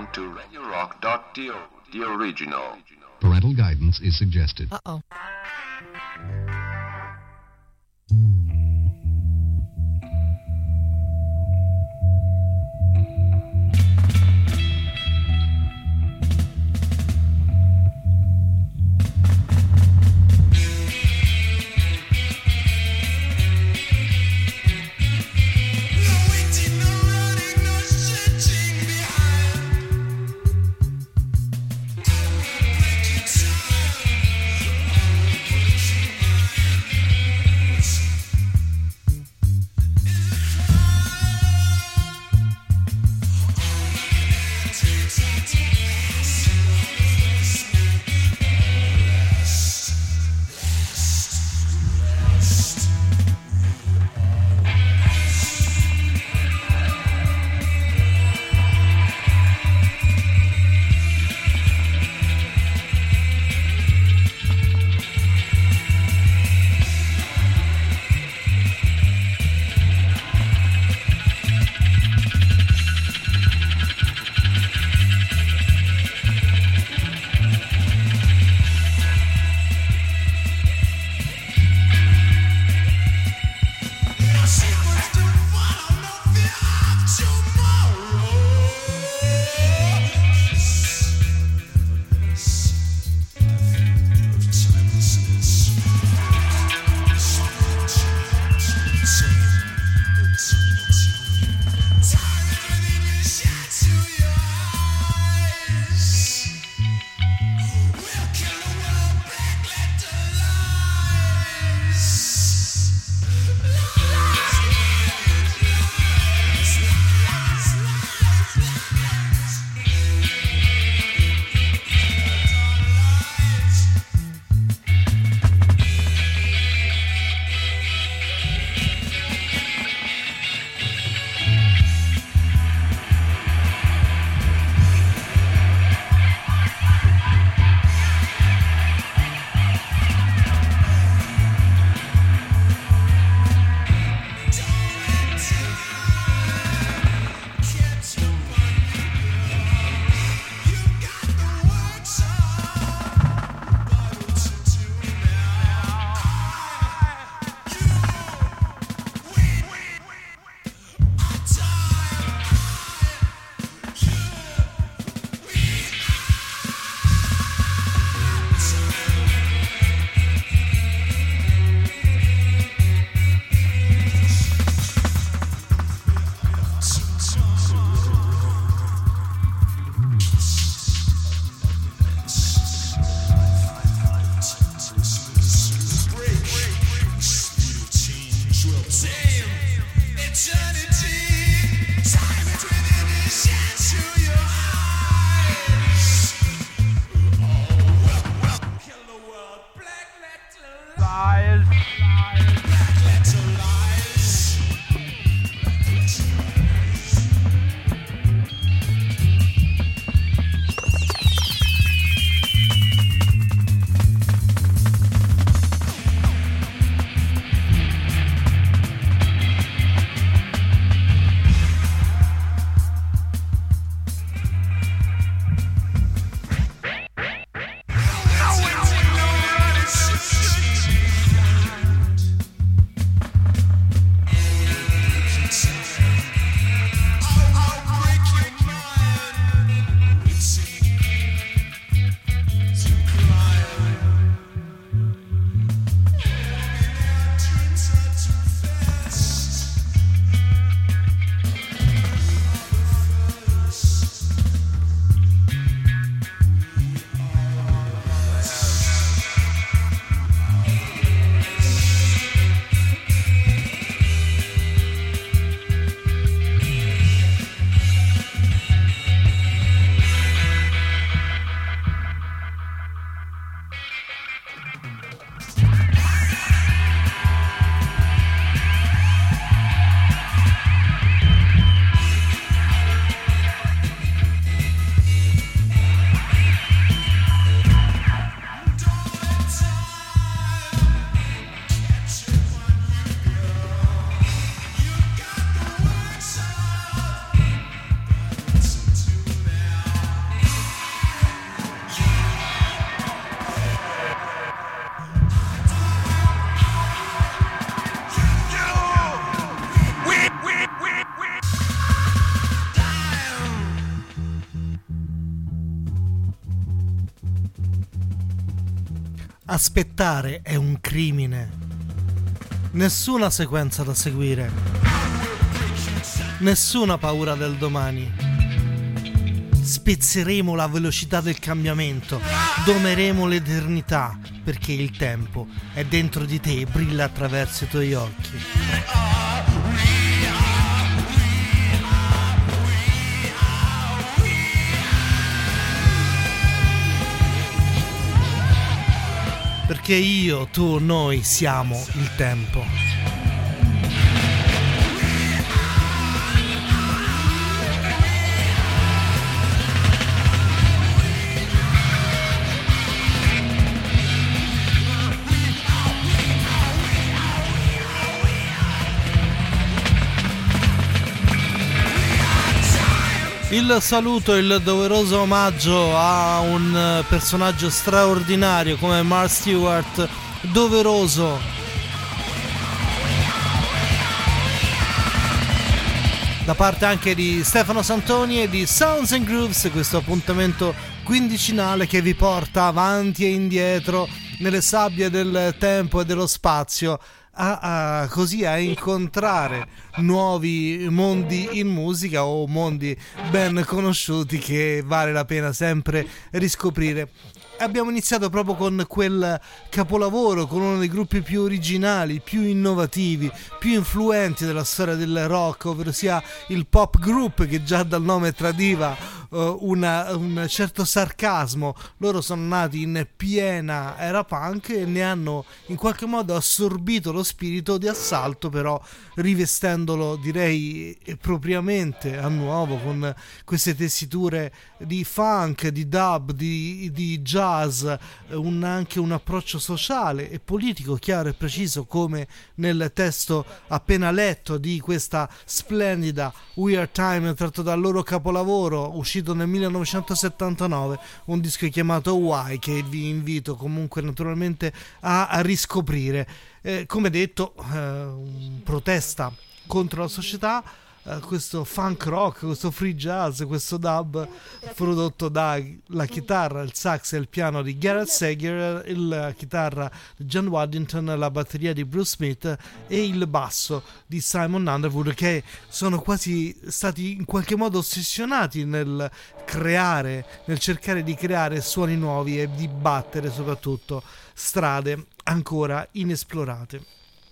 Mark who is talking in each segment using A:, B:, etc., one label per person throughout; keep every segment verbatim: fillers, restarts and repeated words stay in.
A: to radio rock dot to, the original.
B: Parental guidance is suggested.
C: Uh-oh.
D: Time
C: Aspettare è un crimine. Nessuna sequenza da seguire. Nessuna paura del domani. Spizzeremo la velocità del cambiamento. Domeremo l'eternità, perché il tempo è dentro di te e brilla attraverso i tuoi occhi. Perché io, tu, noi siamo il tempo. Il saluto, il doveroso omaggio a un personaggio straordinario come Mark Stewart, doveroso. Da parte anche di Stefano Santoni e di Sounds and Grooves, questo appuntamento quindicinale che vi porta avanti e indietro nelle sabbie del tempo e dello spazio. A, a, così a incontrare nuovi mondi in musica o mondi ben conosciuti che vale la pena sempre riscoprire. Abbiamo iniziato proprio con quel capolavoro, con uno dei gruppi più originali, più innovativi, più influenti della storia del rock, ovvero sia il pop group, che già dal nome tradiva uh, una, un certo sarcasmo. Loro sono nati in piena era punk e ne hanno in qualche modo assorbito lo spirito di assalto, però rivestendolo, direi, propriamente a nuovo, con queste tessiture di funk, di dub, di, di jazz, un, anche un approccio sociale e politico chiaro e preciso, come nel testo appena letto di questa splendida We Are Time, tratto dal loro capolavoro uscito nel millenovecentosettantanove, un disco chiamato Why, che vi invito comunque naturalmente a, a riscoprire. Eh, come detto, eh, protesta contro la società. Uh, questo funk rock, questo free jazz, questo dub prodotto dalla chitarra, il sax e il piano di Gareth Sager, la chitarra di John Waddington, la batteria di Bruce Smith e il basso di Simon Underwood, che sono quasi stati in qualche modo ossessionati nel creare, nel cercare di creare suoni nuovi e di battere soprattutto strade ancora inesplorate.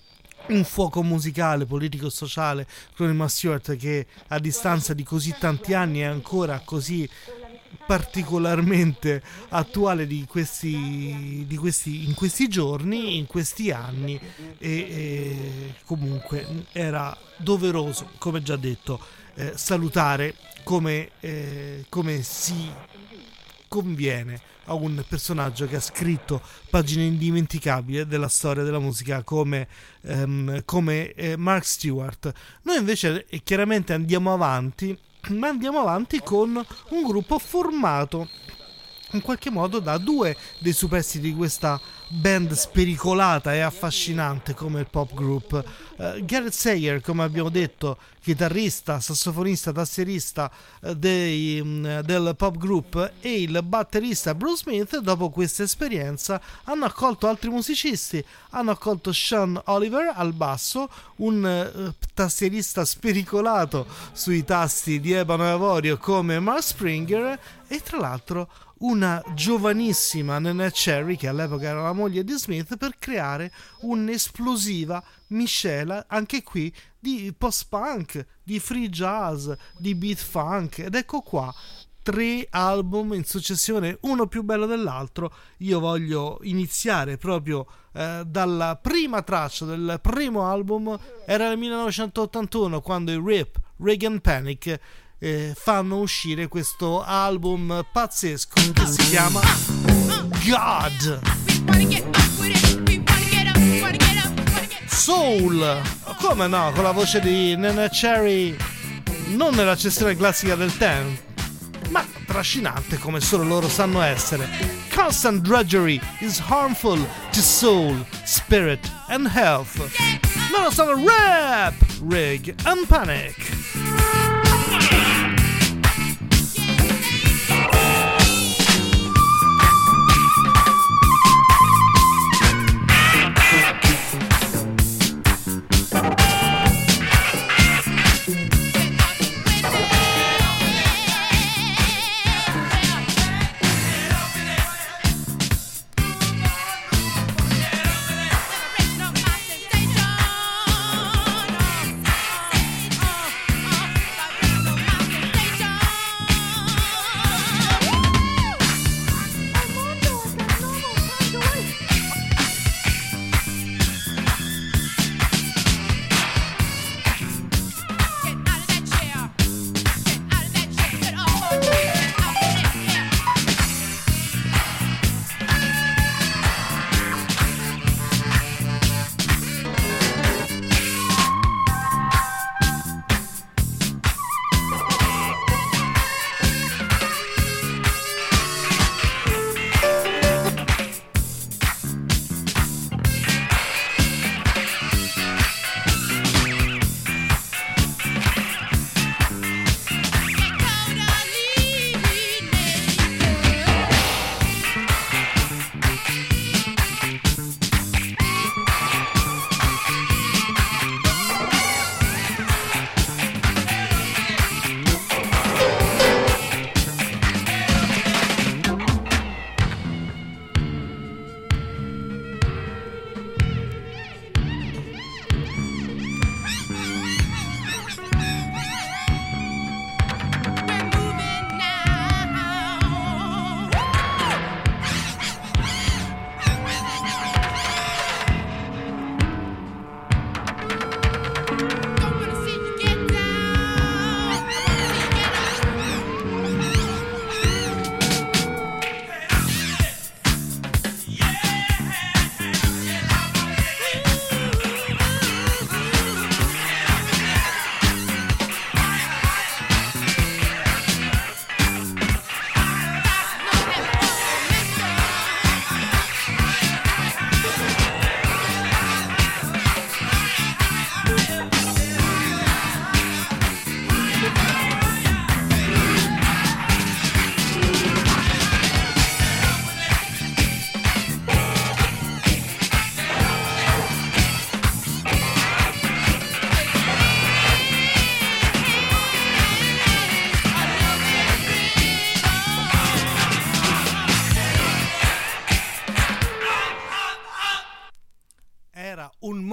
C: Un fuoco musicale, politico e sociale con il Mark Stewart, che a distanza di così tanti anni è ancora così particolarmente attuale di questi, di questi, in questi giorni, in questi anni, e, e comunque era doveroso, come già detto, eh, salutare come, eh, come si conviene a un personaggio che ha scritto pagine indimenticabili della storia della musica come, um, come eh, Mark Stewart. Noi invece eh, chiaramente andiamo avanti, ma andiamo avanti con un gruppo formato in qualche modo da due dei superstiti di questa band spericolata e affascinante come il pop group. uh, Gareth Sayer, come abbiamo detto, chitarrista, sassofonista, tastierista uh, dei, um, del pop group, e il batterista Bruce Smith, dopo questa esperienza hanno accolto altri musicisti. Hanno accolto Sean Oliver al basso, un uh, tastierista spericolato sui tasti di ebano e avorio come Mark Springer, e tra l'altro una giovanissima Neneh Cherry, che all'epoca era la moglie di Smith, per creare un'esplosiva miscela, anche qui, di post-punk, di free jazz, di beat funk. Ed ecco qua tre album in successione, uno più bello dell'altro. Io voglio iniziare proprio eh, dalla prima traccia del primo album. Era nel millenovecentottantuno, quando i Rip, Reagan Panic Eh, fanno uscire questo album pazzesco che si chiama God Soul. Come no, con la voce di Neneh Cherry, non nella cessione classica del tempo, ma trascinante come solo loro sanno essere. Constant drudgery is harmful to soul, spirit and health. Loro sono Rap, Rig and Panic.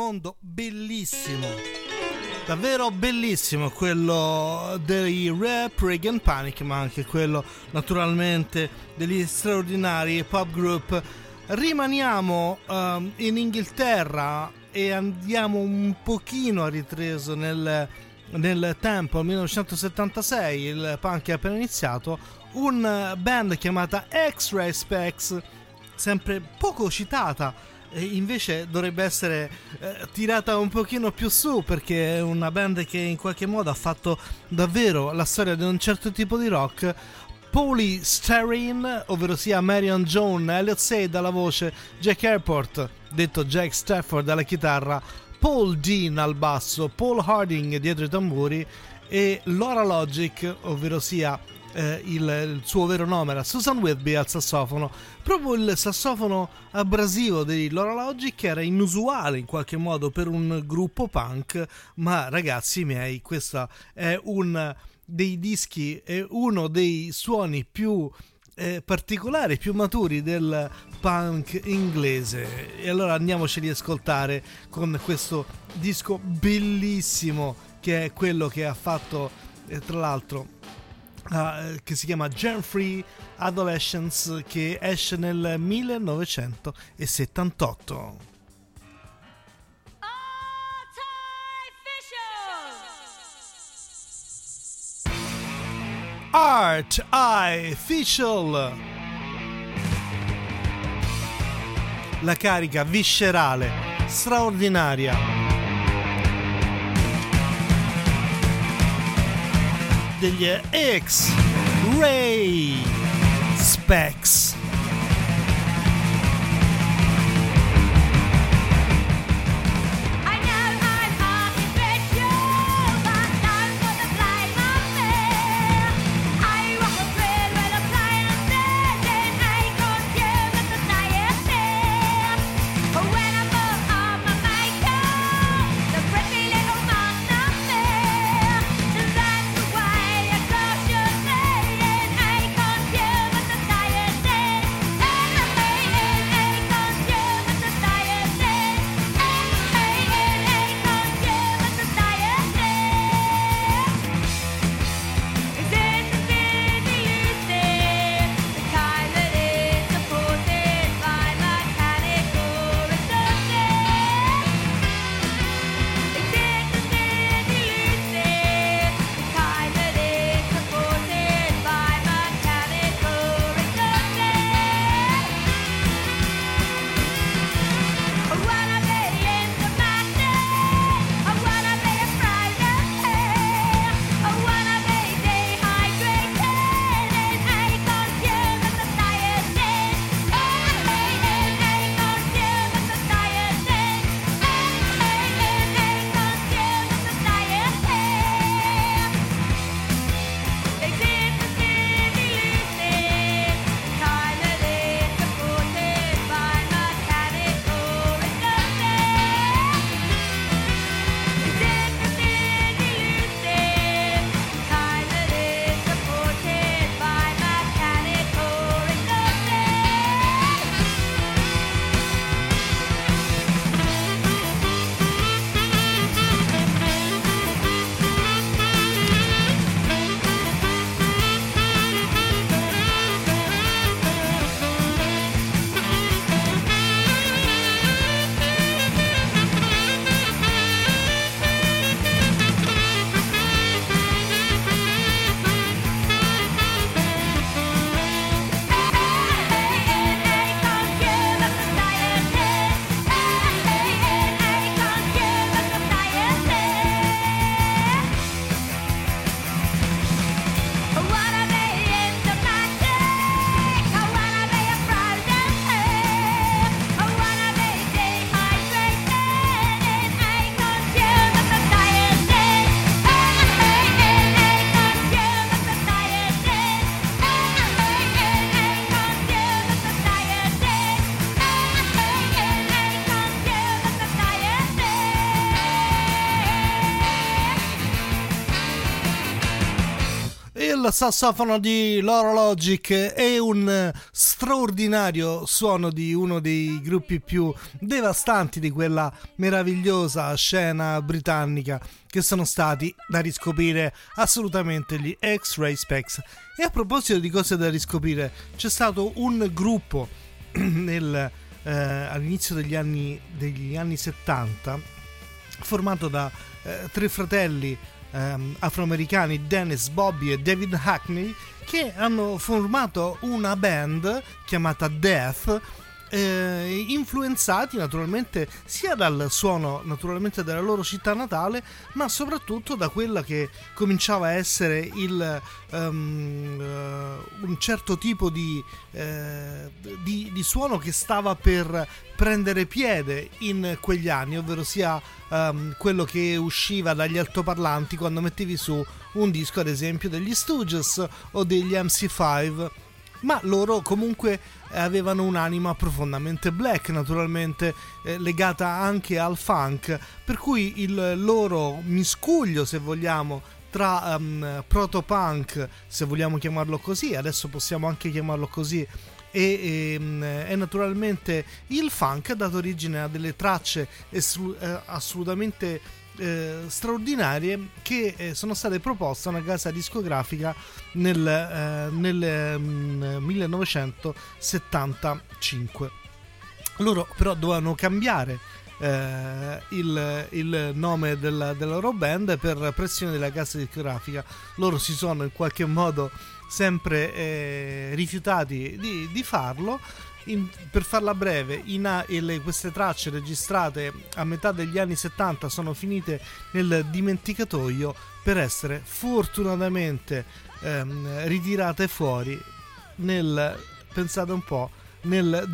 C: mondo bellissimo, davvero bellissimo, quello dei Rap Reagan Panic, ma anche quello naturalmente degli straordinari pop group. Rimaniamo um, in Inghilterra e andiamo un pochino a ritroso nel, nel tempo, al millenovecentosettantasei. Il punk è appena iniziato. Un band chiamata X-Ray Spex, sempre poco citata, e invece dovrebbe essere eh, tirata un pochino più su, perché è una band che in qualche modo ha fatto davvero la storia di un certo tipo di rock. Paulie Sterin, ovvero sia Marion Jones, Elliot Sade alla voce, Jack Airport, detto Jack Stafford alla chitarra, Paul Dean al basso, Paul Harding dietro i tamburi e Laura Logic, ovvero sia eh, il, il suo vero nome era Susan Whitby al sassofono. Proprio il sassofono abrasivo di Laura Logic era inusuale in qualche modo per un gruppo punk, ma ragazzi miei, questo è un dei dischi, è uno dei suoni più eh, particolari, più maturi del punk inglese. E allora andiamoceli ad ascoltare con questo disco bellissimo, che è quello che ha fatto eh, tra l'altro uh, che si chiama Germ Free Adolescence, che esce nel millenovecentosettantotto. Artificial, la carica viscerale straordinaria degli X-Ray Spex.
D: Day.
C: il sassofono di Loro Logic è un straordinario suono di uno dei gruppi più devastanti di quella meravigliosa scena britannica che sono stati da riscoprire assolutamente gli X-Ray Spex. E a proposito di cose da riscoprire, c'è stato un gruppo nel, eh, all'inizio degli anni, degli anni settanta formato da eh, tre fratelli Um, afroamericani, Dennis, Bobby e David Hackney, che hanno formato una band chiamata Death, eh, influenzati naturalmente sia dal suono naturalmente della loro città natale, ma soprattutto da quella che cominciava a essere il um, uh, un certo tipo di, uh, di, di suono che stava per prendere piede in quegli anni, ovvero sia um, quello che usciva dagli altoparlanti quando mettevi su un disco, ad esempio degli Stooges o degli M C cinque. Ma loro comunque avevano un'anima profondamente black, naturalmente eh, legata anche al funk, per cui il loro miscuglio, se vogliamo, tra um, proto-punk, se vogliamo chiamarlo così, adesso possiamo anche chiamarlo così, e, e, e naturalmente il funk ha dato origine a delle tracce esru- eh, assolutamente eh, straordinarie che eh, sono state proposte a una casa discografica nel, eh, nel mm, millenovecentosettantacinque. Loro però dovevano cambiare eh, il, il nome della, della loro band per pressione della casa discografica. Loro si sono in qualche modo sempre eh, rifiutati di, di farlo. In, per farla breve, in a, le, queste tracce registrate a metà degli anni settanta sono finite nel dimenticatoio per essere fortunatamente ehm, ritirate fuori nel, pensate un po', nel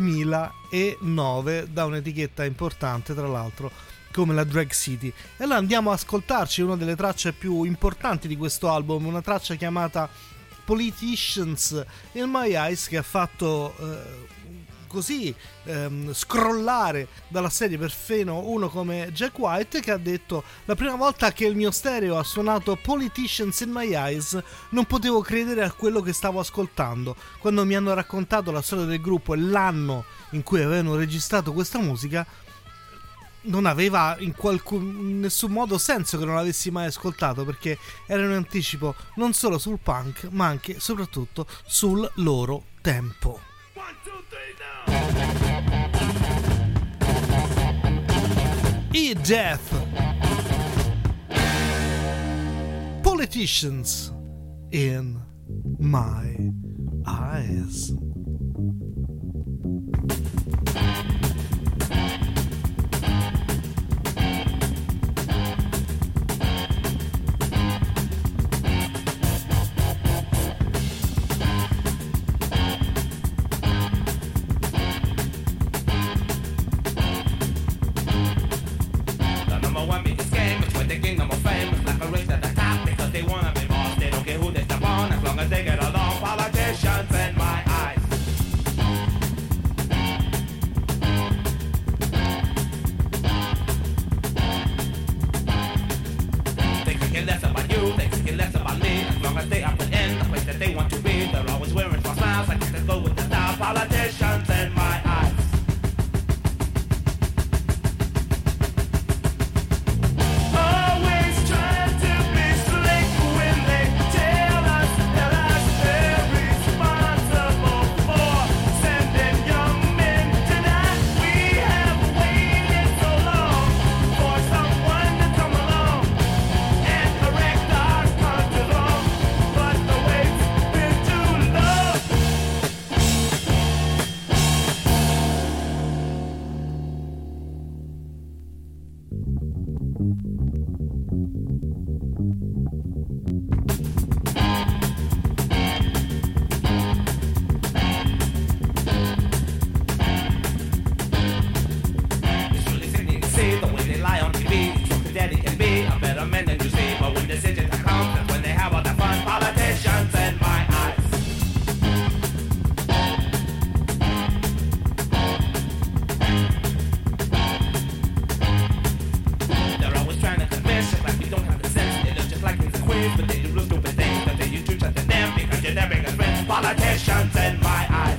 C: duemilanove da un'etichetta importante, tra l'altro, come la Drag City. E allora andiamo ad ascoltarci una delle tracce più importanti di questo album, una traccia chiamata Politicians in My Eyes, che ha fatto eh, così ehm, scrollare dalla serie perfino uno come Jack White, che ha detto: la prima volta che il mio stereo ha suonato Politicians in My Eyes non potevo credere a quello che stavo ascoltando. Quando mi hanno raccontato la storia del gruppo e l'anno in cui avevano registrato questa musica, non aveva in, qualcun, in nessun modo senso che non l'avessi mai ascoltato, perché era un anticipo non solo sul punk ma anche e soprattutto sul loro tempo. One, two, three, E Death, Politicians in My Eyes.
D: They get along, politicians in my eyes. They could care less about you, they could care less about me. As long as they are put in the place that they want to be, they're always wearing false smiles. I guess they go with the style. Politicians in my eyes. Been politicians in my eyes.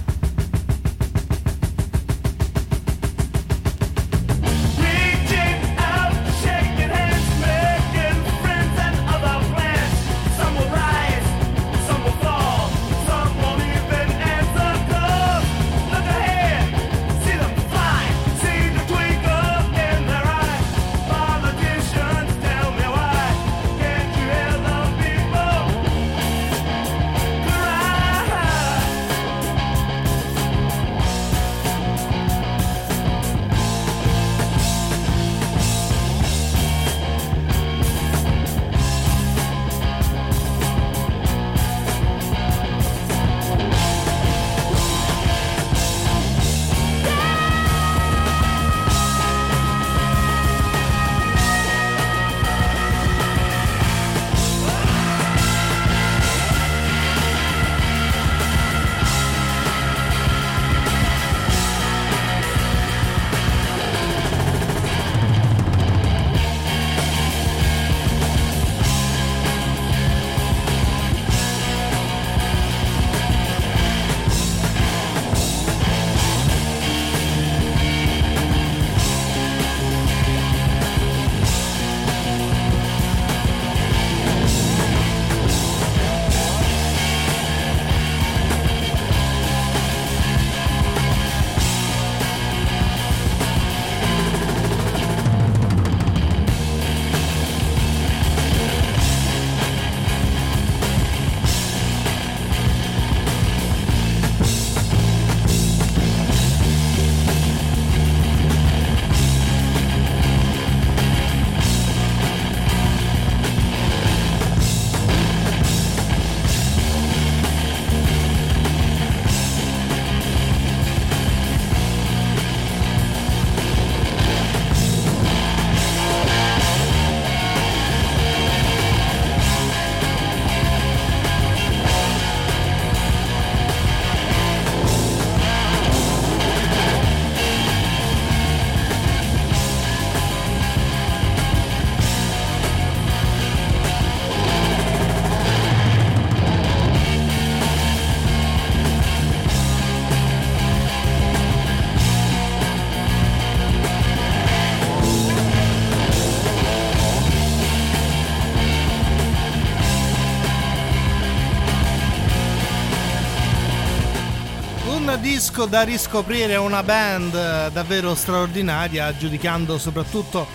C: Disco da riscoprire, una band davvero straordinaria, giudicando soprattutto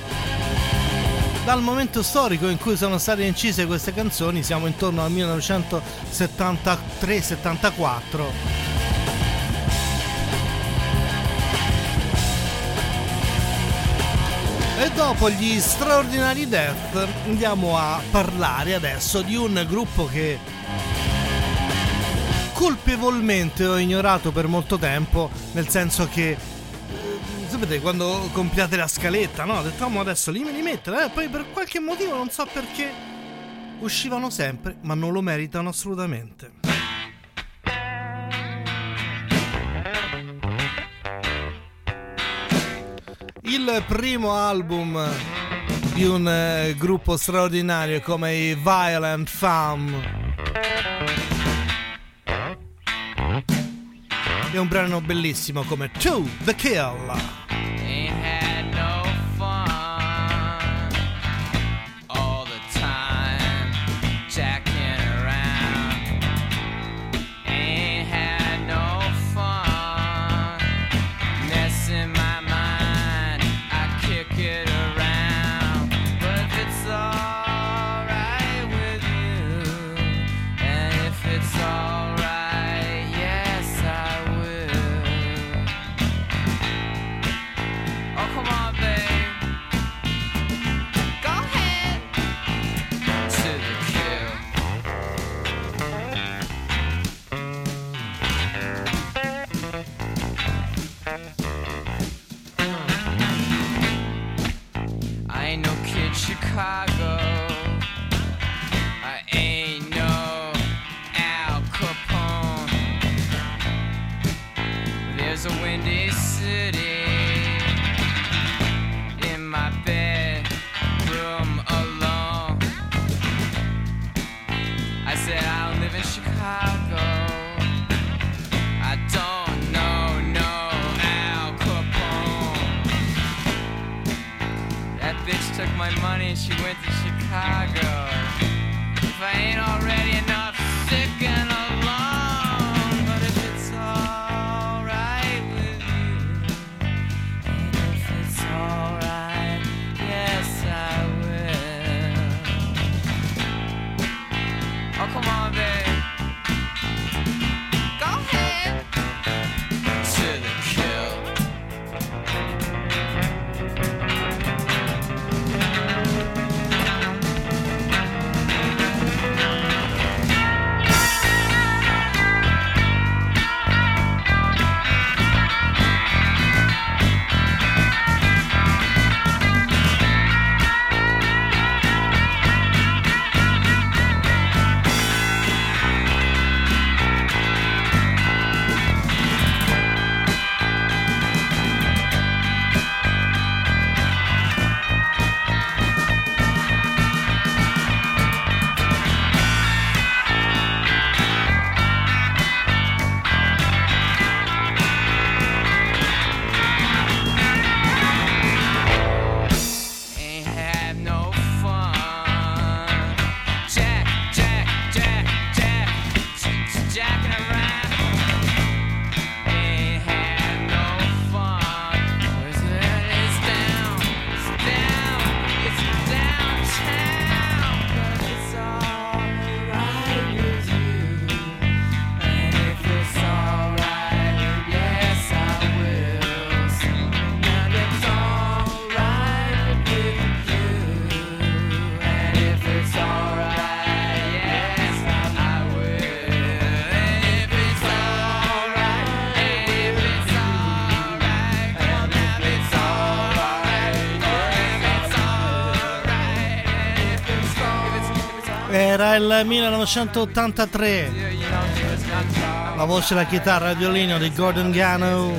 C: dal momento storico in cui sono state incise queste canzoni. Siamo intorno al millenovecentosettantatré settantaquattro. E dopo gli straordinari Death andiamo a parlare adesso di un gruppo che colpevolmente ho ignorato per molto tempo, nel senso che eh, sapete quando compiate la scaletta, no? Ho detto oh, adesso li, li metto, eh? Poi per qualche motivo non so perché uscivano sempre, ma non lo meritano assolutamente. Il primo album di un eh, gruppo straordinario come i Violent Femmes è un brano bellissimo come To The Kill. Chicago, I ain't no Al Capone. There's a windy city in my bedroom alone. I said I'll live in Chicago.
E: took my money and she went to Chicago. If I ain't already enough sick and alone, but if it's alright with you, and if it's alright, yes I will. Oh, come on, babe. Go ahead. To the kill.
C: Era il millenovecentottantatré. La voce, la chitarra e il violino di Gordon Gano.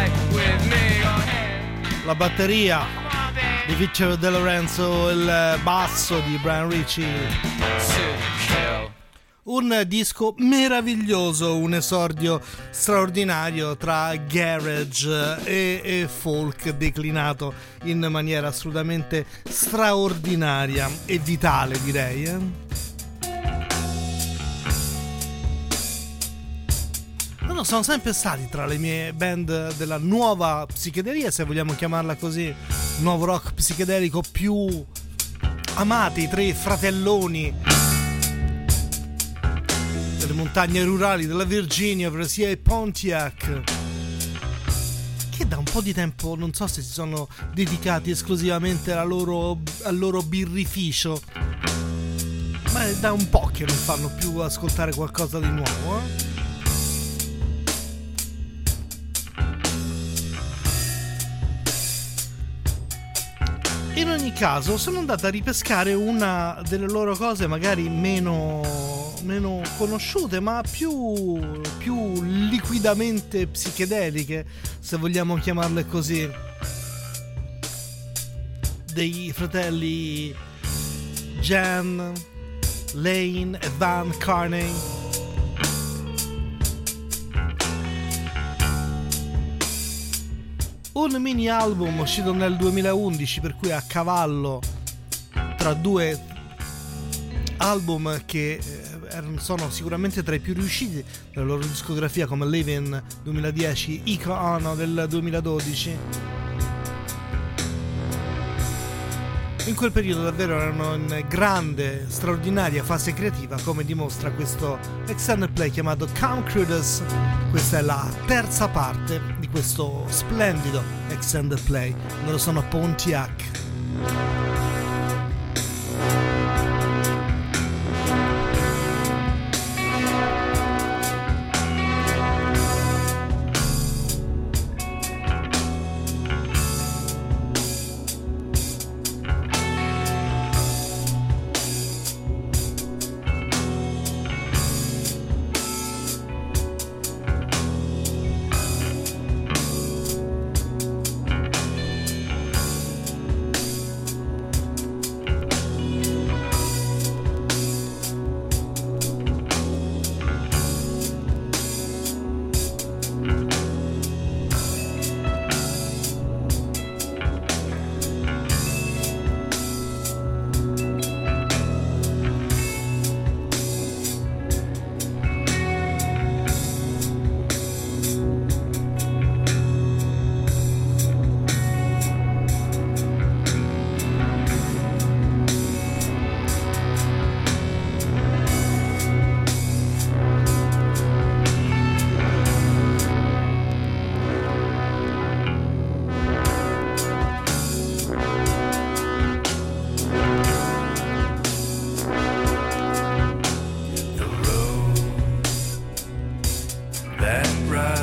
C: La batteria di Victor De Lorenzo, il basso di Brian Ritchie. Un disco meraviglioso, un esordio straordinario tra garage e, e folk declinato in maniera assolutamente straordinaria e vitale, direi. Eh? No, sono sempre stati tra le mie band della nuova psichedelia, se vogliamo chiamarla così, nuovo rock psichedelico, più amati, i tre fratelloni delle montagne rurali della Virginia, ovvero sia i Pontiac, che da un po' di tempo non so se si sono dedicati esclusivamente alla loro, al loro birrificio, ma è da un po' che non fanno più ascoltare qualcosa di nuovo, eh? In ogni caso sono andato a ripescare una delle loro cose magari meno, meno conosciute, ma più, più liquidamente psichedeliche, se vogliamo chiamarle così, dei fratelli Jan, Lane e Van Carney. Un mini album uscito nel duemilaundici, per cui a cavallo tra due album che sono sicuramente tra i più riusciti della loro discografia, come Living duemiladieci, Ico Ono del duemiladodici. In quel periodo davvero erano in grande, straordinaria fase creativa, come dimostra questo extended play chiamato Come Crudes. Questa è la terza parte di questo splendido extended play. Loro sono Pontiac.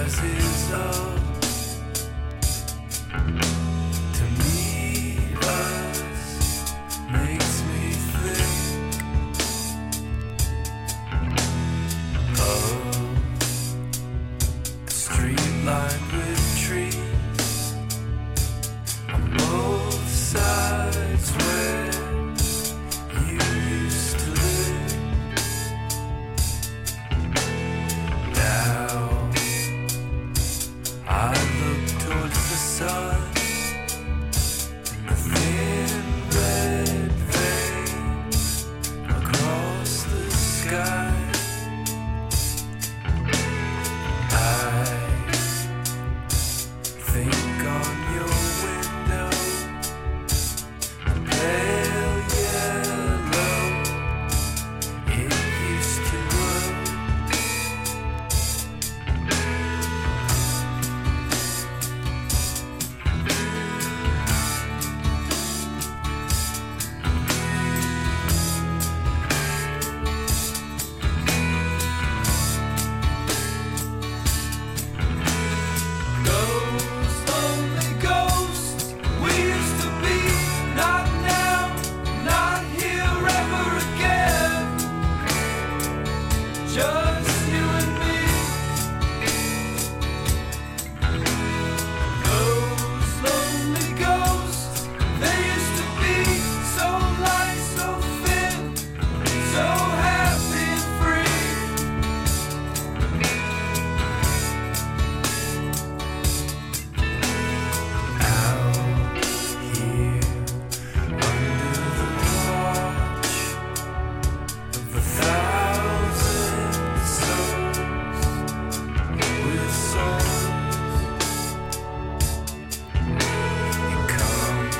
F: rises up to meet us, makes me think of the street lined with trees on both sides where you used to live. Now I look towards the sun and the thin red vein across the sky. I think on your window, the pale yellow it used to grow. Ghosts, lonely ghosts, we used to be, not now, not here ever again. Just you and me. Ghosts, lonely ghosts, they used to be so light, so thin, so happy and free. Out here under the watch of a thousand souls with songs, it comes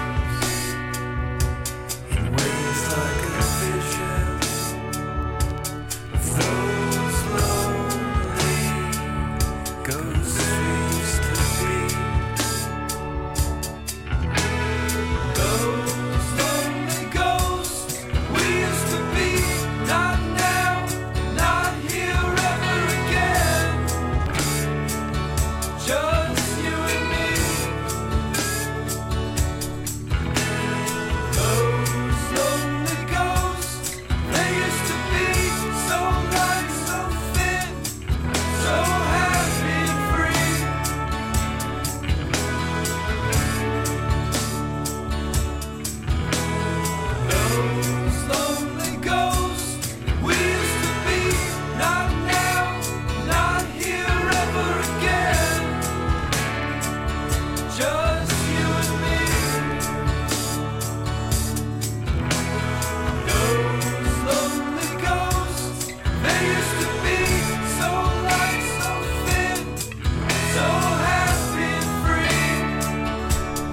F: in ways like a vision of those lonely ghosts we used to be. Ghosts, lonely ghosts, we used to be, not now, not here ever again. Just you and me. Those lonely ghosts, they used to be so light, so thin, so happy and free. Those lonely ghosts, we used to be, not now, not here ever again. Just you and me. Those lonely ghosts, they used to be so light, so thin, so happy and free.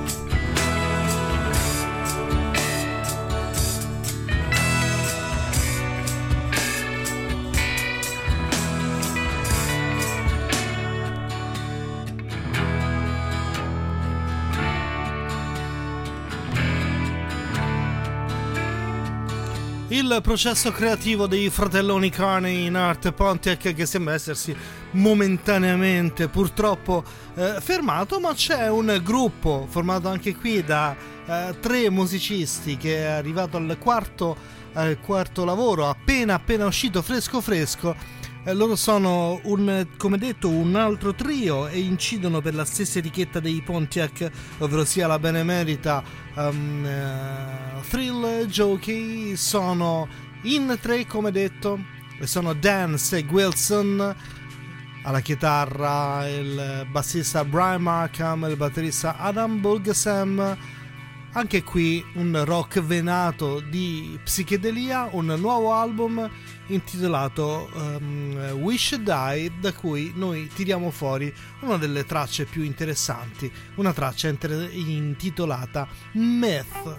C: Il processo creativo dei fratelloni Carney in Art Pontiac, che sembra essersi momentaneamente purtroppo eh, fermato, ma c'è un gruppo formato anche qui da eh, tre musicisti che è arrivato al quarto, al quarto lavoro, appena appena uscito, fresco fresco. Eh, loro sono un, come detto, un altro trio e incidono per la stessa etichetta dei Pontiac, ovvero sia la benemerita um, uh, Thrill Jockey. Sono in tre, come detto, e sono Dan Seg Wilson alla chitarra, il bassista Brian Markham, il batterista Adam Bulgasem. Anche qui un rock venato di psichedelia, un nuovo album intitolato um, We Should Die, da cui noi tiriamo fuori una delle tracce più interessanti, una traccia inter- intitolata Myth.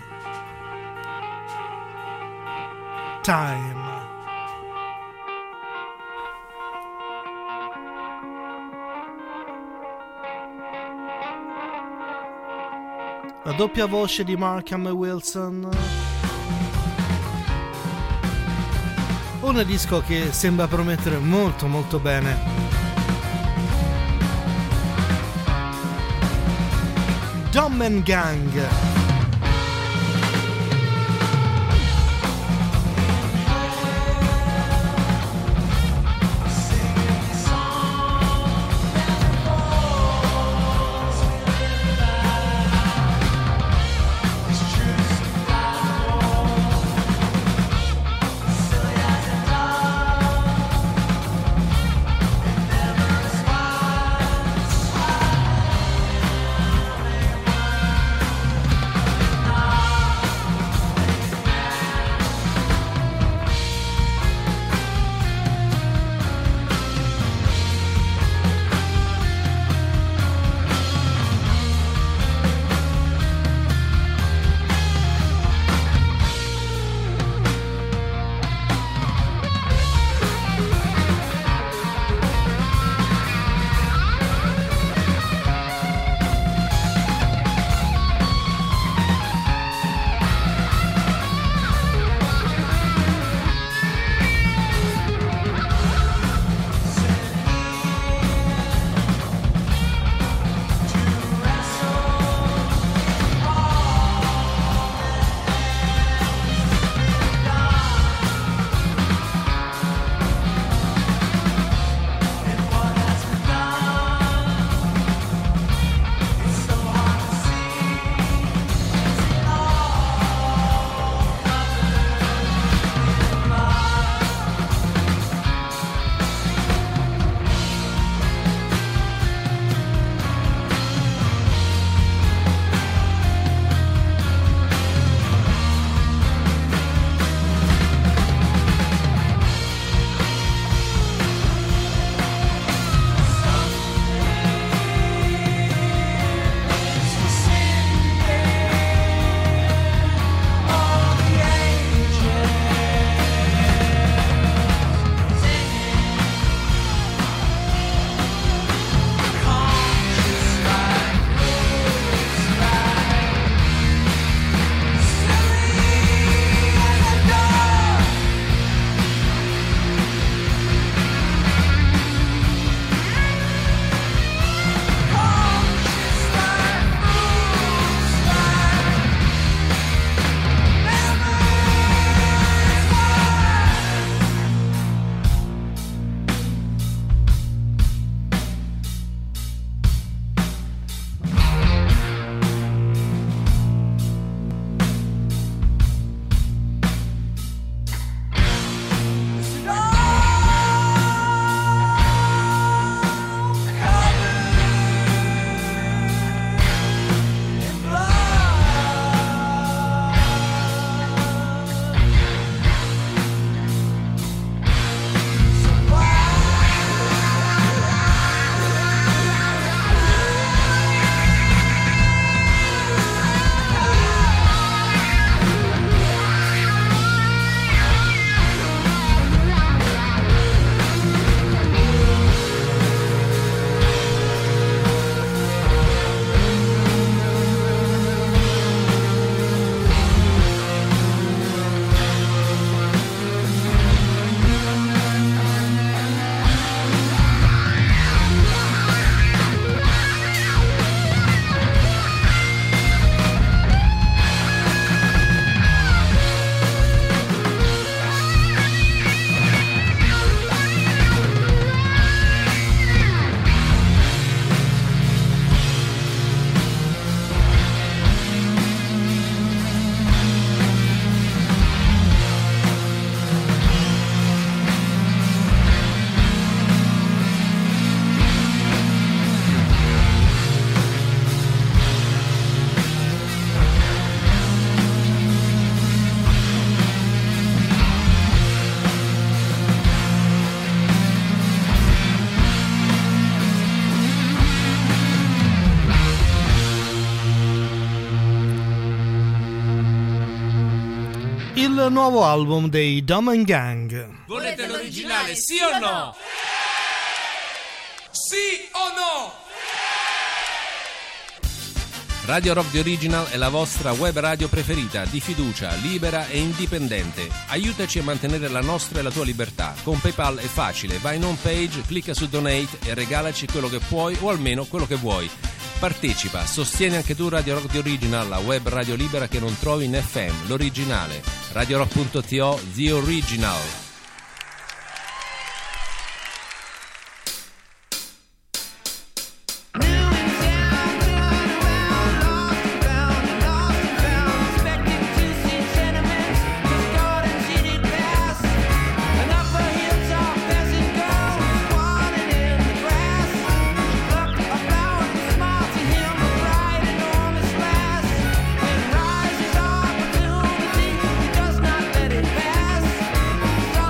C: Time. La doppia voce di Markham e Wilson. Un disco che sembra promettere molto molto bene. Dumb and Gang. il nuovo album dei Dumb and Gang.
G: Volete l'originale, sì o no? Sì o no?
H: Radio Rock The Original è la vostra web radio preferita, di fiducia, libera e indipendente. Aiutaci a mantenere la nostra e la tua libertà. Con PayPal è facile, vai in home page, clicca su Donate e regalaci quello che puoi o almeno quello che vuoi. Partecipa, sostieni anche tu Radio Rock The Original, la web radio libera che non trovi in F M, l'originale. radiorock punto to, The Original.
F: Opportunity, you just not let it pass.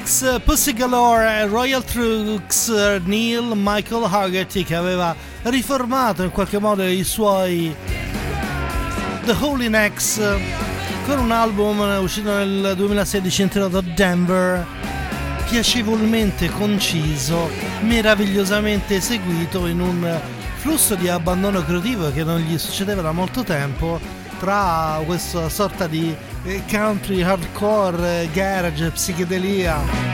C: ex Pussy Galore e Royal Trux, Neil Michael Haggerty, che aveva riformato in qualche modo i suoi The Holy Necks con un album uscito nel duemilasedici intitolato Denver, piacevolmente conciso, meravigliosamente eseguito in un flusso di abbandono creativo che non gli succedeva da molto tempo, tra questa sorta di country hardcore, garage, psichedelia.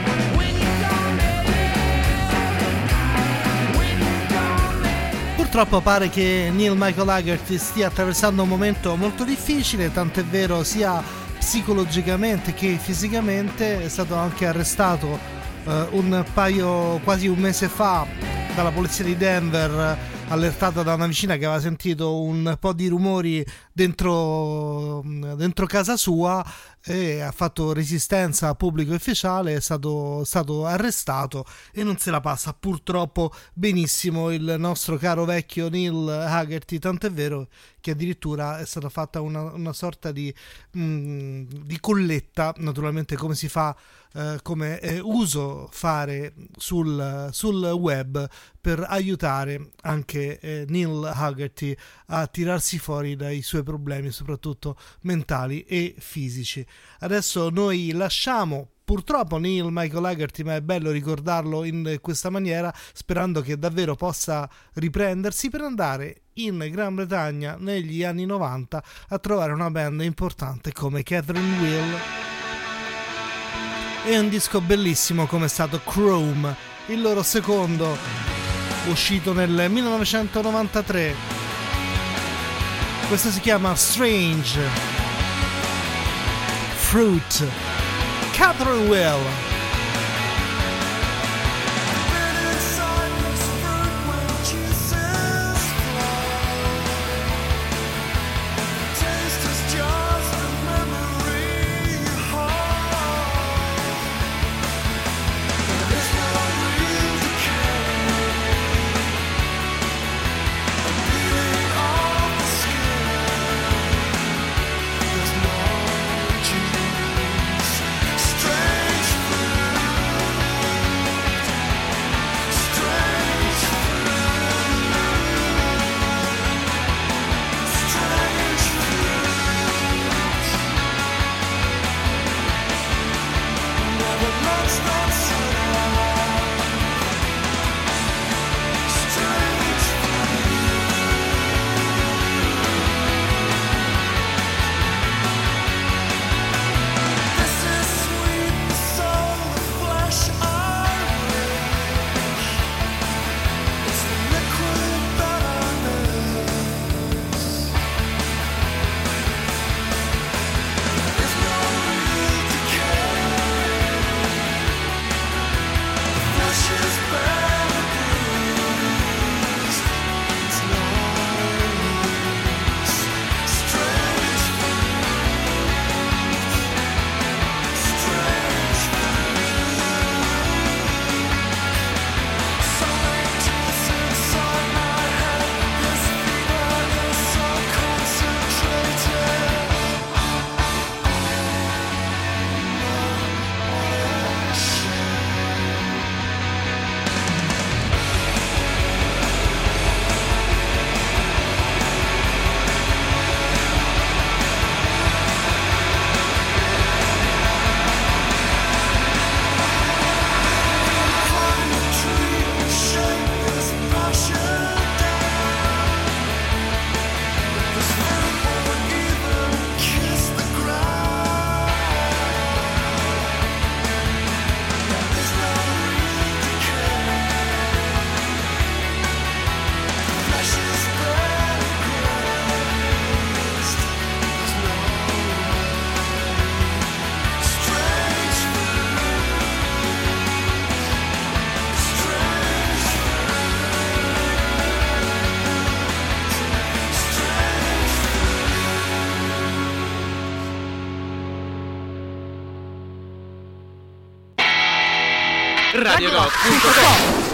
C: Purtroppo pare che Neil Michael Haggerty stia attraversando un momento molto difficile, tant'è vero sia psicologicamente che fisicamente. È stato anche arrestato eh, un paio, quasi un mese fa, dalla polizia di Denver, allertata da una vicina che aveva sentito un po' di rumori dentro, dentro casa sua, e ha fatto resistenza a pubblico ufficiale, è stato, stato arrestato e non se la passa purtroppo benissimo il nostro caro vecchio Neil Haggerty, tant'è vero che addirittura è stata fatta una, una sorta di, mh, di colletta, naturalmente come si fa, eh, come è uso fare sul, sul web, per aiutare anche eh, Neil Haggerty a tirarsi fuori dai suoi problemi, soprattutto mentali e fisici. Adesso noi lasciamo purtroppo Neil Michael Haggerty, ma è bello ricordarlo in questa maniera, sperando che davvero possa riprendersi per andare in Gran Bretagna negli anni novanta a trovare una band importante come Catherine Wheel e un disco bellissimo come è stato Chrome, il loro secondo, uscito nel millenovecentonovantatré. Questo si chiama Strange Fruit. Catherine Wheel.
I: radio rock punto com.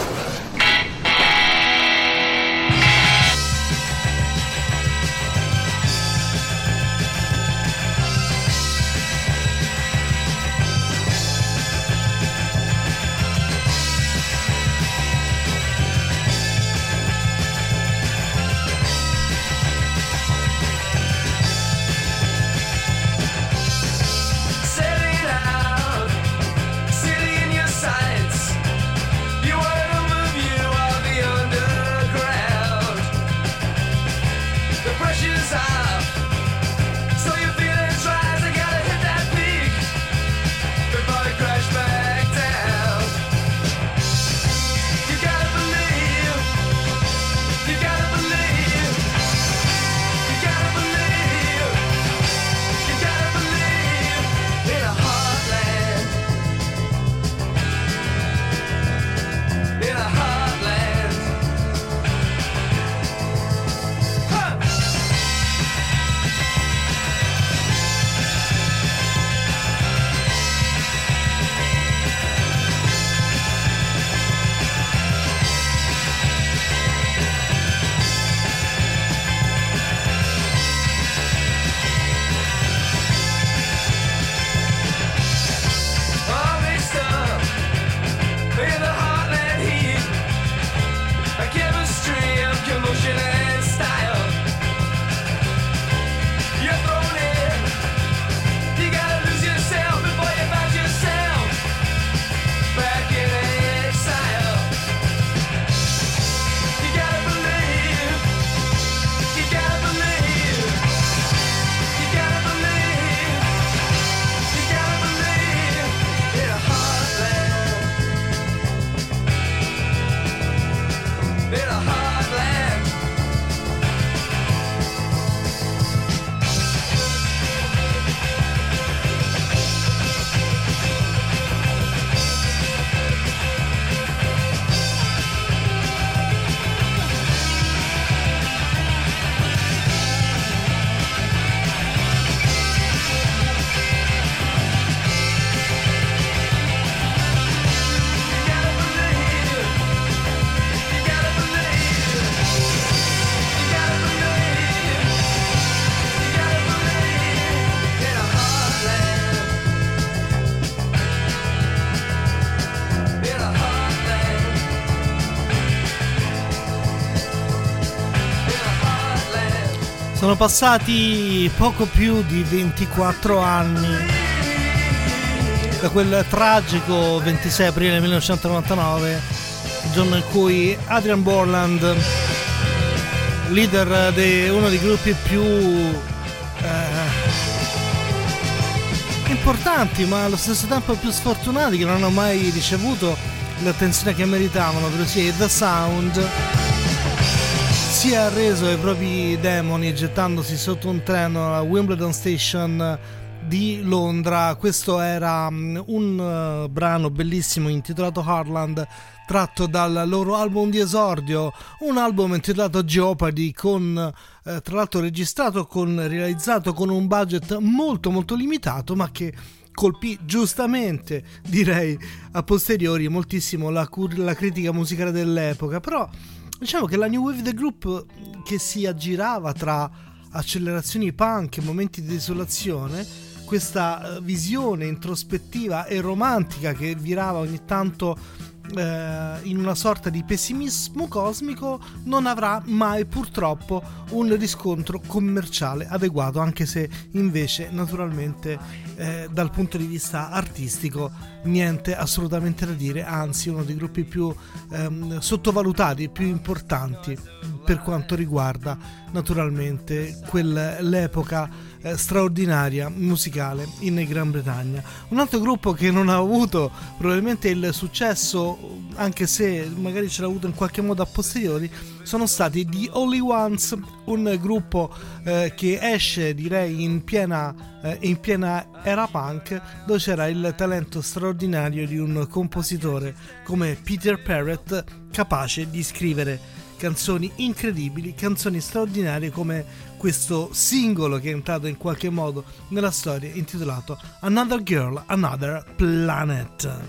F: You want to move you on the underground. The pressure's high, so you're feeling tries. I gotta hit that peak before I crash back down. You gotta believe, you gotta believe, you gotta believe, you gotta believe in a heartland, in a heartland. Huh. All mixed up in the heartland heat, a chemistry of commotion and style. You're thrown in, you gotta lose yourself before you find yourself back in exile. You gotta believe, you gotta believe, you gotta believe, you gotta believe in a heartland, in a heartland. You gotta believe, you gotta believe, you gotta believe, you gotta believe in a heartland, in a heartland, in a heartland.
C: Sono passati poco più di ventiquattro anni da quel tragico ventisei aprile millenovecentonovantanove, il giorno in cui Adrian Borland, leader di uno dei gruppi più eh, importanti ma allo stesso tempo più sfortunati, che non hanno mai ricevuto l'attenzione che meritavano, ovvero sia The Sound, si è arreso ai propri demoni gettandosi sotto un treno alla Wimbledon Station di Londra. Questo era um, un uh, brano bellissimo intitolato Heartland, tratto dal loro album di esordio, un album intitolato Jeopardy, con eh, tra l'altro registrato, con realizzato con un budget molto molto limitato, ma che colpì giustamente, direi a posteriori, moltissimo la, cur- la critica musicale dell'epoca. Però diciamo che la New Wave The Group, che si aggirava tra accelerazioni punk e momenti di desolazione, questa visione introspettiva e romantica che virava ogni tanto eh, in una sorta di pessimismo cosmico, non avrà mai purtroppo un riscontro commerciale adeguato, anche se invece naturalmente eh, dal punto di vista artistico niente assolutamente da dire, anzi uno dei gruppi più ehm, sottovalutati e più importanti per quanto riguarda naturalmente quell'epoca eh, straordinaria musicale in Gran Bretagna. Un altro gruppo che non ha avuto probabilmente il successo, anche se magari ce l'ha avuto in qualche modo a posteriori, sono stati The Only Ones, un gruppo eh, che esce direi in piena, eh, in piena era punk, dove c'era il talento straordinario di un compositore come Peter Parrott, capace di scrivere canzoni incredibili, canzoni straordinarie come questo singolo che è entrato in qualche modo nella storia, intitolato Another Girl, Another Planet,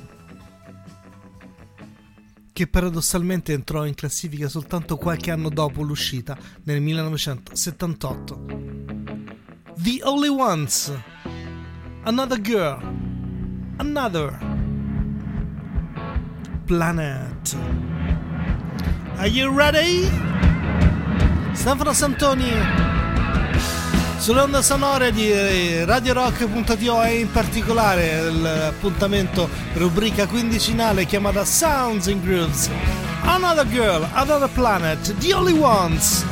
C: che paradossalmente entrò in classifica soltanto qualche anno dopo l'uscita, nel millenovecentosettantotto. The Only Ones, Another Girl, Another Planet. Are you ready? Stefano Santoni, sulle onde sonore di Radio Rock punto it e in particolare l'appuntamento rubrica quindicinale chiamata Sounds and Grooves. Another Girl, Another Planet, The Only Ones.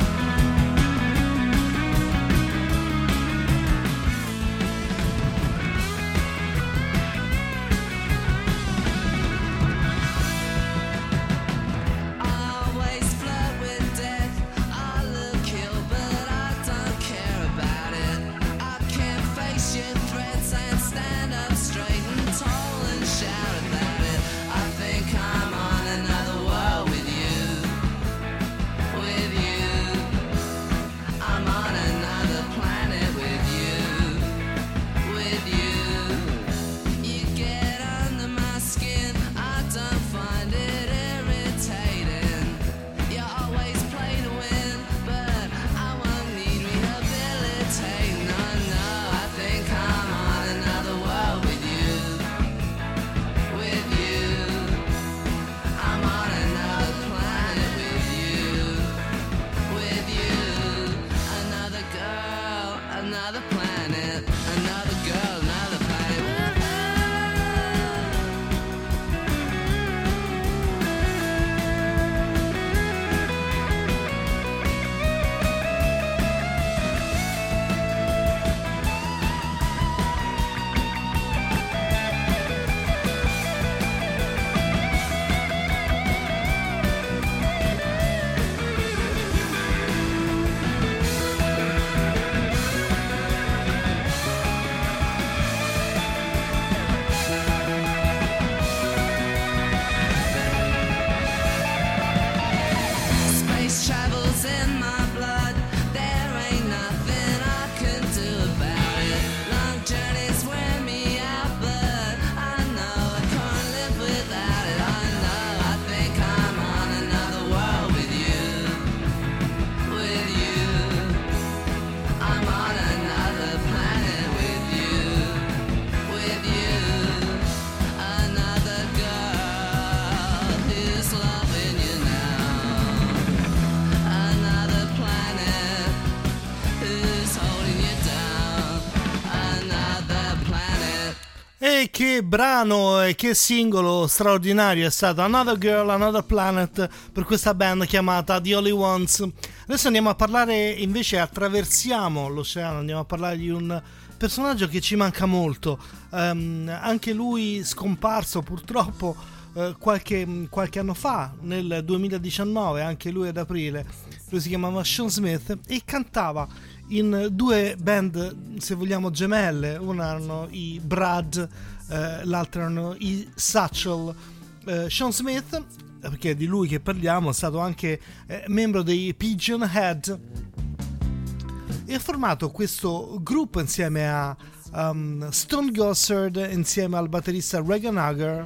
C: E che brano e che singolo straordinario è stato Another Girl, Another Planet per questa band chiamata The Only Ones. Adesso andiamo a parlare, invece attraversiamo l'oceano, andiamo a parlare di un personaggio che ci manca molto, um, anche lui scomparso purtroppo uh, qualche, qualche anno fa, nel duemiladiciannove, anche lui ad aprile. Lui si chiamava Sean Smith e cantava in due band, se vogliamo, gemelle. Una erano i Brad, eh, l'altra erano i Satchel. eh, Sean Smith, perché è di lui che parliamo, è stato anche eh, membro dei Pigeon Head e ha formato questo gruppo insieme a um, Stone Gossard, insieme al batterista Regan Hager.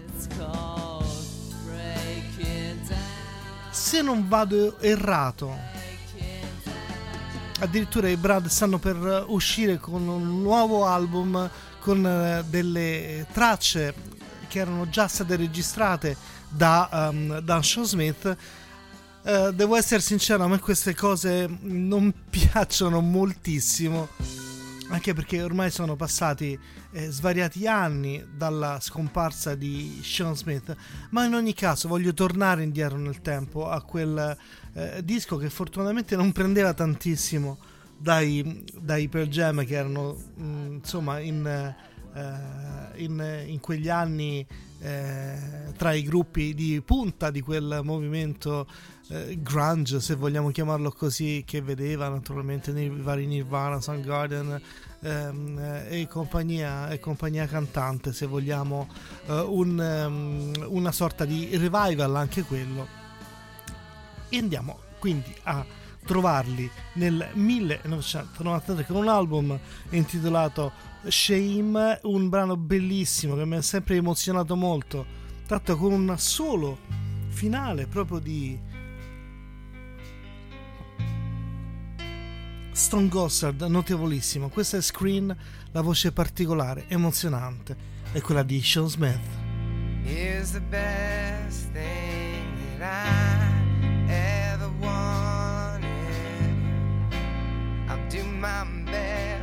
C: Se non vado errato, addirittura i Brad stanno per uscire con un nuovo album con delle tracce che erano già state registrate da, um, da Sean Smith. Uh, devo essere sincero, a me queste cose non piacciono moltissimo, anche perché ormai sono passati eh, svariati anni dalla scomparsa di Sean Smith, ma in ogni caso voglio tornare indietro nel tempo a quel eh, disco che fortunatamente non prendeva tantissimo dai, dai Pearl Jam, che erano mh, insomma in, eh, in, in quegli anni eh, tra i gruppi di punta di quel movimento eh, grunge, se vogliamo chiamarlo così, che vedeva naturalmente nei vari Nirvana, Soundgarden ehm, e compagnia e compagnia cantante, se vogliamo, eh, un, um, una sorta di revival anche quello. E andiamo quindi a trovarli nel millenovecentonovantatré con un album intitolato Shame, un brano bellissimo che mi ha sempre emozionato molto, tratto con un solo finale proprio di Stone Gossard, notevolissimo. Questa è Screen, la voce particolare, emozionante è quella di Sean Smith.
E: Is the best thing that I ever wanted. I'll do my best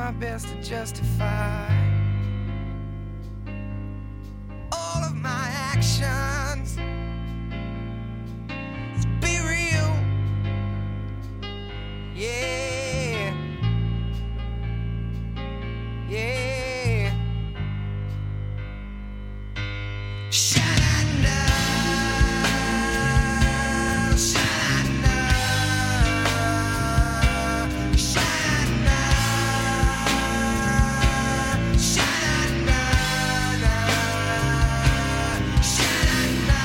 F: my best to justify all of my actions. Let's be real, yeah, yeah. Sha-na-na, sha-na-na, sha-na-na, sha-na-na, sha-na-na,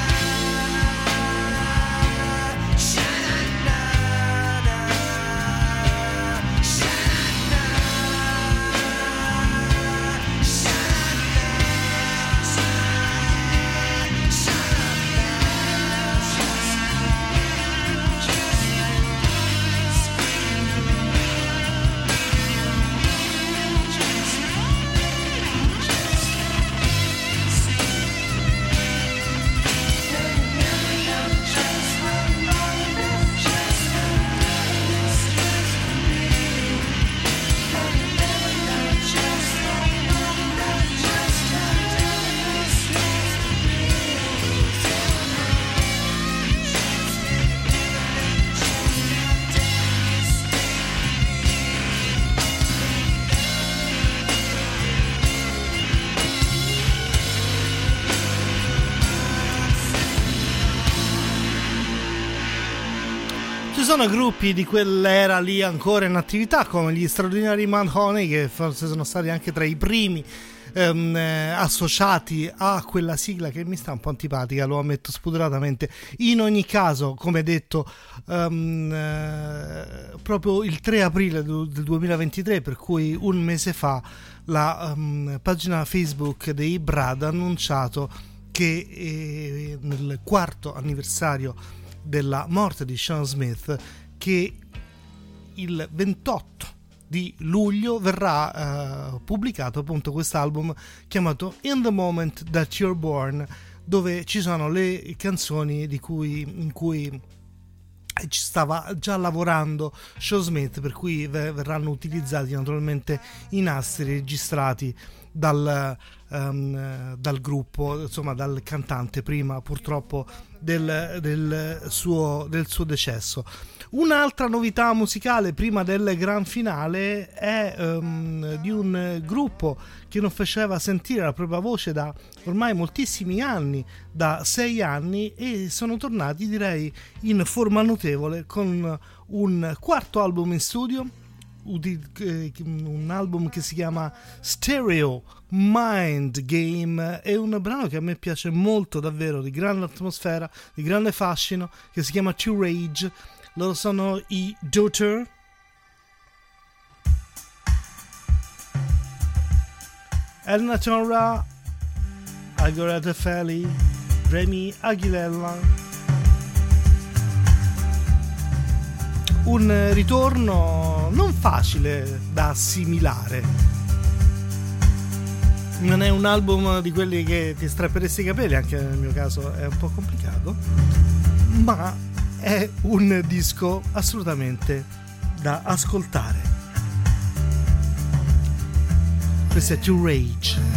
C: Ci sono gruppi di quell'era lì ancora in attività, come gli straordinari Mudhoney, che forse sono stati anche tra i primi ehm, eh, associati a quella sigla che mi sta un po' antipatica, lo ammetto spudoratamente. In ogni caso, come detto, ehm, eh, proprio il tre aprile del duemilaventitré, per cui un mese fa, la um, pagina Facebook dei Brad ha annunciato che eh, nel quarto anniversario della morte di Sean Smith, che il ventotto di luglio verrà uh, pubblicato appunto quest'album chiamato In the Moment That You're Born, dove ci sono le canzoni di cui, in cui ci stava già lavorando Sean Smith, per cui verranno utilizzati naturalmente i nastri registrati dal, um, dal gruppo, insomma dal cantante, prima purtroppo del, del, suo, del suo decesso. Un'altra novità musicale prima del gran finale è um, di un gruppo che non faceva sentire la propria voce da ormai moltissimi anni, da sei anni, e sono tornati, direi, in forma notevole con un quarto album in studio, un album che si chiama Stereo Mind Game. È un brano che a me piace molto, davvero, di grande atmosfera, di grande fascino, che si chiama To Rage. Loro sono i Daughter. Elna Tonra, Agora Tefeli, Remy Aguilera. Un ritorno non facile da assimilare. Non è un album di quelli che ti strapperesti i capelli, anche nel mio caso è un po' complicato, ma è un disco assolutamente da ascoltare. Questo è To Rage.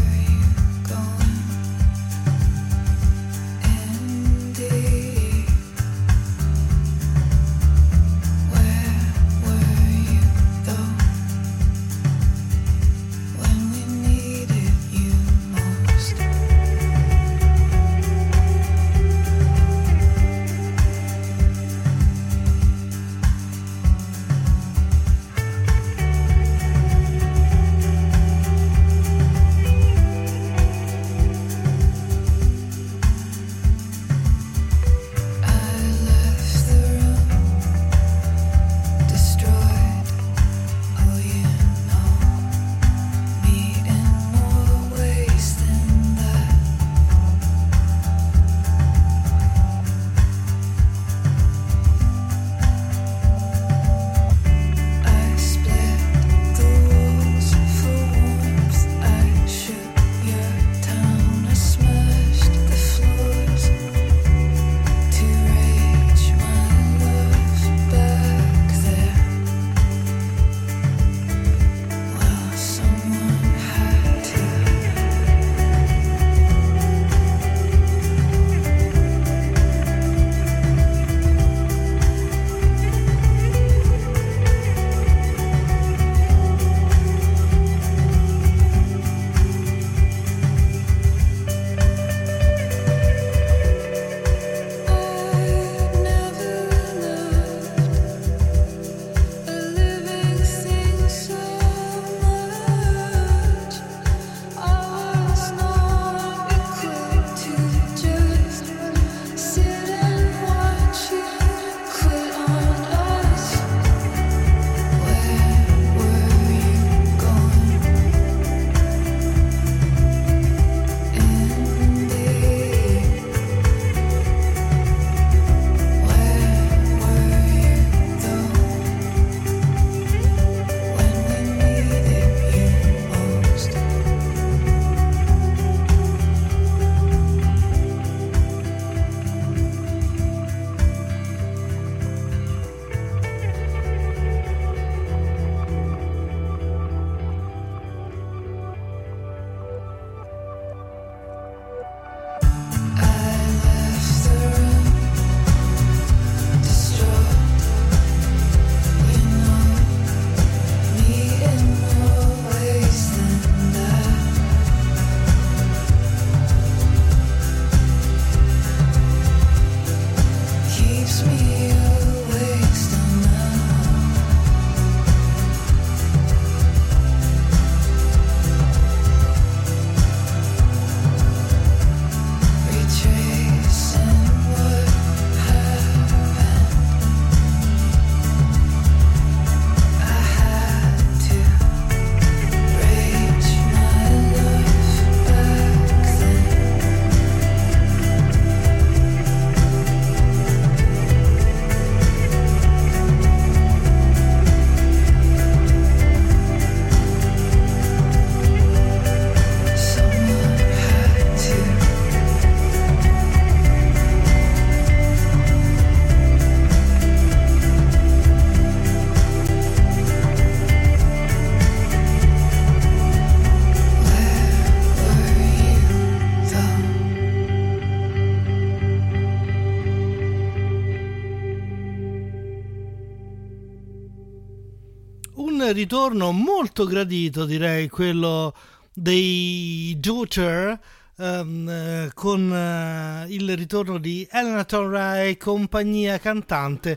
C: ritorno molto gradito, direi, quello dei Daughter, um, con uh, il ritorno di Elena Tonrai, compagnia cantante,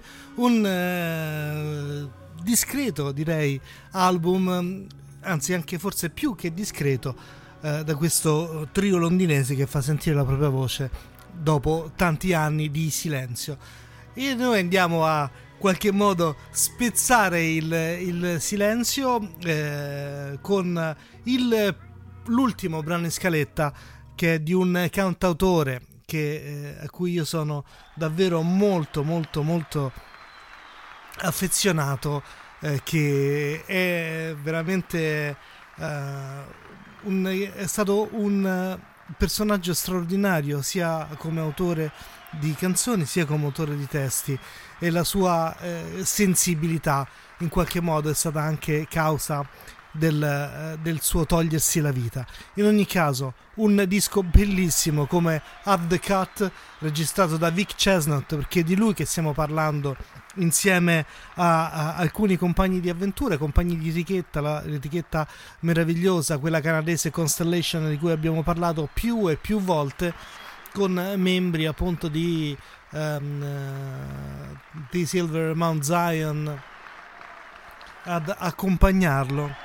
C: un uh, discreto, direi, album, anzi anche forse più che discreto, uh, da questo trio londinese che fa sentire la propria voce dopo tanti anni di silenzio. E noi andiamo a qualche modo spezzare il, il silenzio eh, con il, l'ultimo brano in scaletta, che è di un cantautore che, eh, a cui io sono davvero molto molto molto affezionato, eh, che è veramente eh, un, è stato un personaggio straordinario sia come autore di canzoni sia come autore di testi, e la sua eh, sensibilità in qualche modo è stata anche causa del, eh, del suo togliersi la vita. In ogni caso, un disco bellissimo come At the Cut, registrato da Vic Chesnutt, perché è di lui che stiamo parlando insieme a, a alcuni compagni di avventure, compagni di etichetta, la, l'etichetta meravigliosa, quella canadese Constellation, di cui abbiamo parlato più e più volte, con membri appunto di um, uh, di Silver Mount Zion ad accompagnarlo.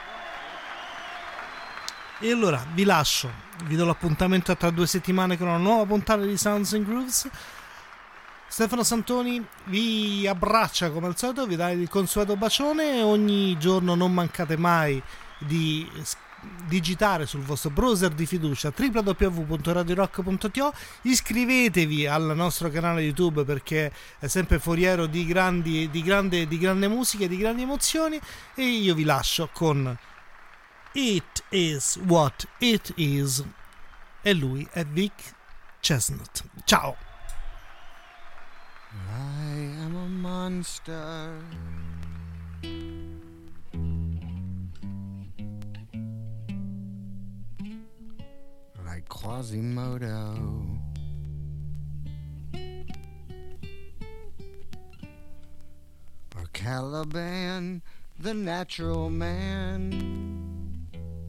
C: E allora vi lascio, vi do l'appuntamento tra due settimane con una nuova puntata di Sounds and Grooves. Stefano Santoni vi abbraccia come al solito, vi dà il consueto bacione, e ogni giorno non mancate mai di digitare sul vostro browser di fiducia w w w punto radio rock punto t o, iscrivetevi al nostro canale YouTube perché è sempre foriero di grandi di grande di grande musica e di grandi emozioni, e io vi lascio con It Is What It Is, e lui è Vic Chesnutt. Ciao.
J: I am a monster, like Quasimodo, or Caliban, the natural man,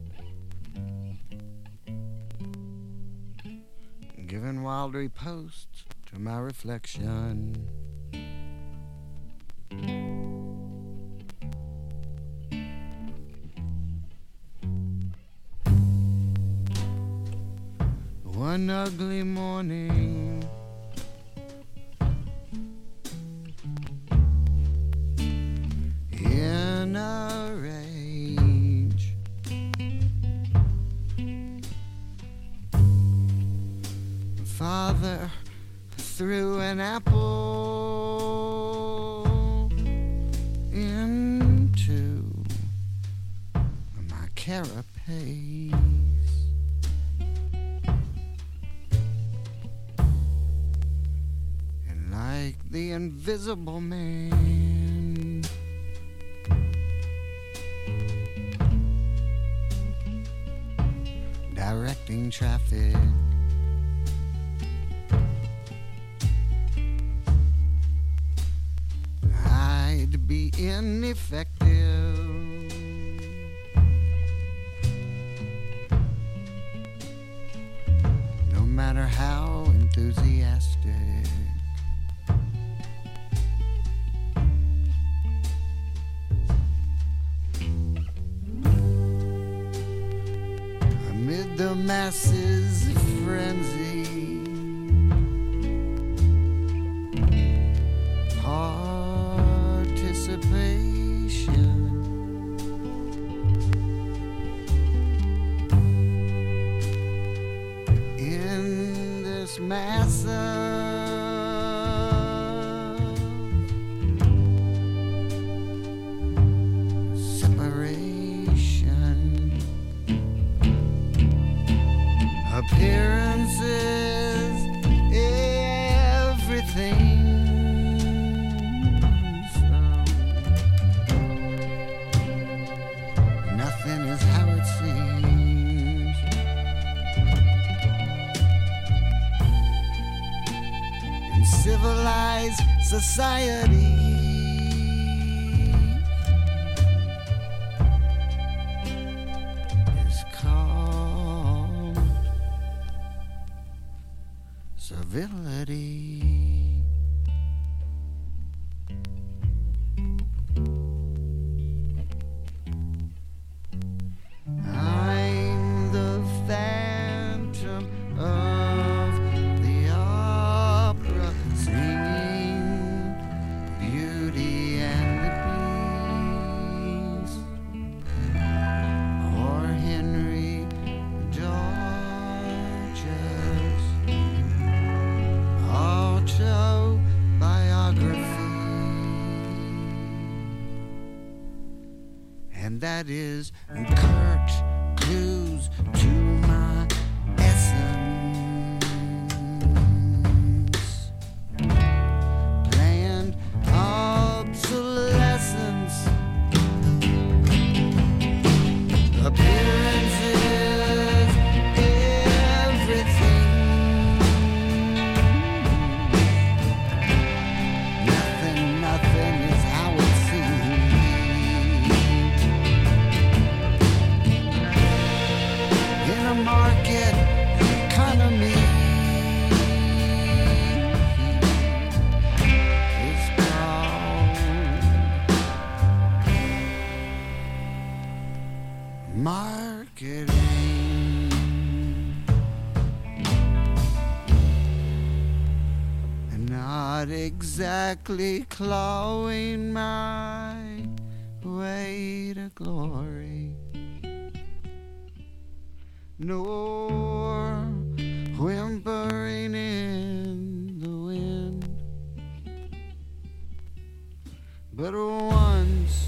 J: giving wild reposts to my reflection. One ugly morning, in a rage, Father threw an apple into my carapace. And like the Invisible Man, directing traffic, I'd be ineffective. No matter how enthusiastic. Amid the masses' frenzy, participation in this massive separation, appearances, everything. Nothing is how it seems. In civilized society, civility. I'm the phantom of the opera, singing Beauty and the Beast, or Henry George's autobiography, and that is curt clues to my essence, planned obsolescence, appearances, everything. Nothing, nothing is how it seems. In a market economy, it's called marketing. And not exactly clawing my way to glory, nor whimpering in the wind, but once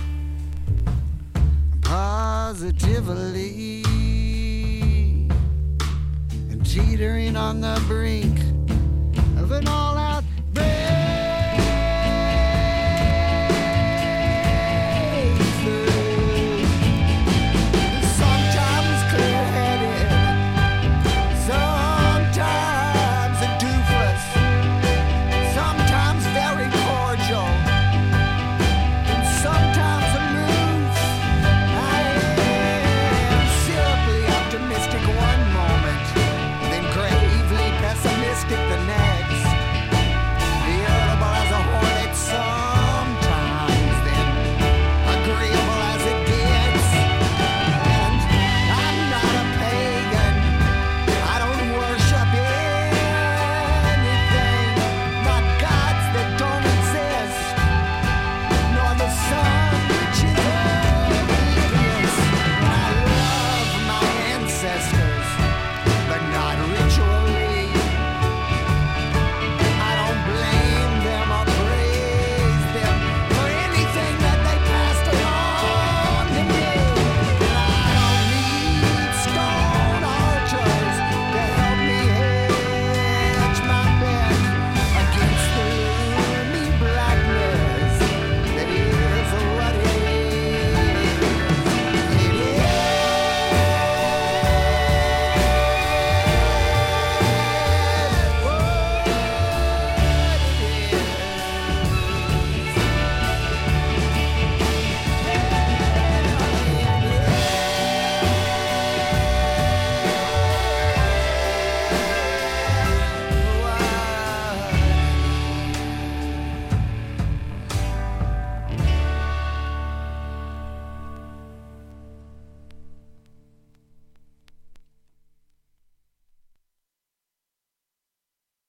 J: positively and teetering on the brink of an all